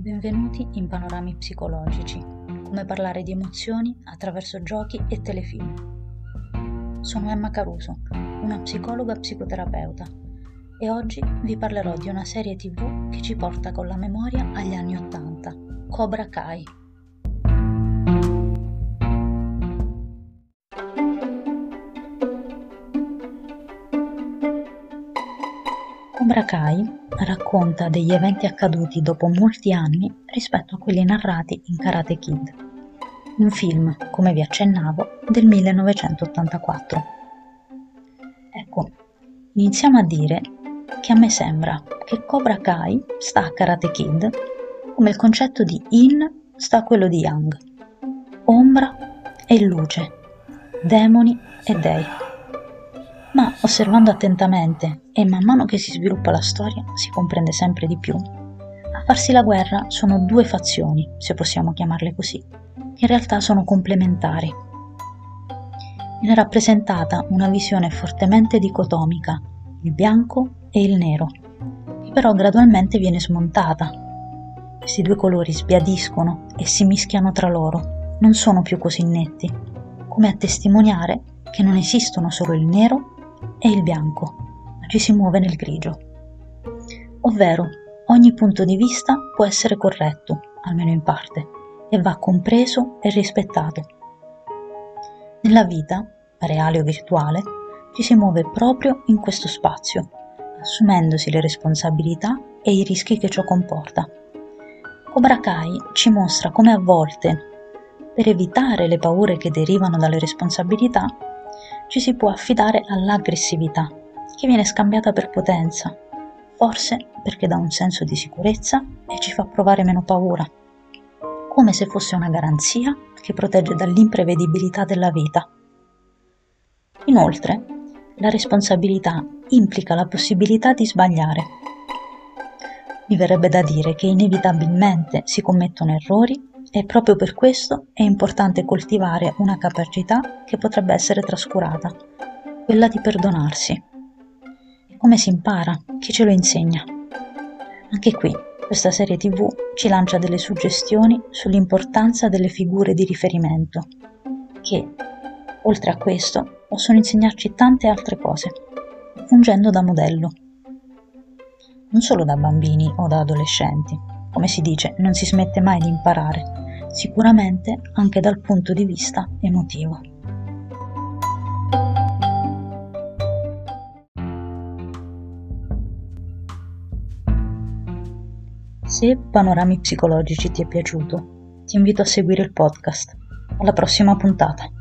Benvenuti in Panorami Psicologici, come parlare di emozioni attraverso giochi e telefilm. Sono Emma Caruso, una psicologa psicoterapeuta, e oggi vi parlerò di una serie TV che ci porta con la memoria agli anni '80, Cobra Kai. Cobra Kai racconta degli eventi accaduti dopo molti anni rispetto a quelli narrati in Karate Kid, un film, come vi accennavo, del 1984. Ecco, iniziamo a dire che a me sembra che Cobra Kai sta a Karate Kid come il concetto di Yin sta a quello di Yang, ombra e luce, demoni e dei. Ma osservando attentamente e man mano che si sviluppa la storia si comprende sempre di più, a farsi la guerra sono due fazioni, se possiamo chiamarle così, che in realtà sono complementari. Viene rappresentata una visione fortemente dicotomica, il bianco e il nero, che però gradualmente viene smontata. Questi due colori sbiadiscono e si mischiano tra loro, non sono più così netti, come a testimoniare che non esistono solo il nero e il bianco, ma ci si muove nel grigio. Ovvero, ogni punto di vista può essere corretto, almeno in parte, e va compreso e rispettato. Nella vita, reale o virtuale, ci si muove proprio in questo spazio, assumendosi le responsabilità e i rischi che ciò comporta. Cobra Kai ci mostra come a volte, per evitare le paure che derivano dalle responsabilità, ci si può affidare all'aggressività, che viene scambiata per potenza, forse perché dà un senso di sicurezza e ci fa provare meno paura, come se fosse una garanzia che protegge dall'imprevedibilità della vita. Inoltre, la responsabilità implica la possibilità di sbagliare. Mi verrebbe da dire che inevitabilmente si commettono errori e proprio per questo è importante coltivare una capacità che potrebbe essere trascurata, quella di perdonarsi. E come si impara? Chi ce lo insegna? Anche qui, questa serie TV ci lancia delle suggestioni sull'importanza delle figure di riferimento, che, oltre a questo, possono insegnarci tante altre cose, fungendo da modello. Non solo da bambini o da adolescenti. Come si dice, non si smette mai di imparare, sicuramente anche dal punto di vista emotivo. Se Panorami Psicologici ti è piaciuto, ti invito a seguire il podcast. Alla prossima puntata.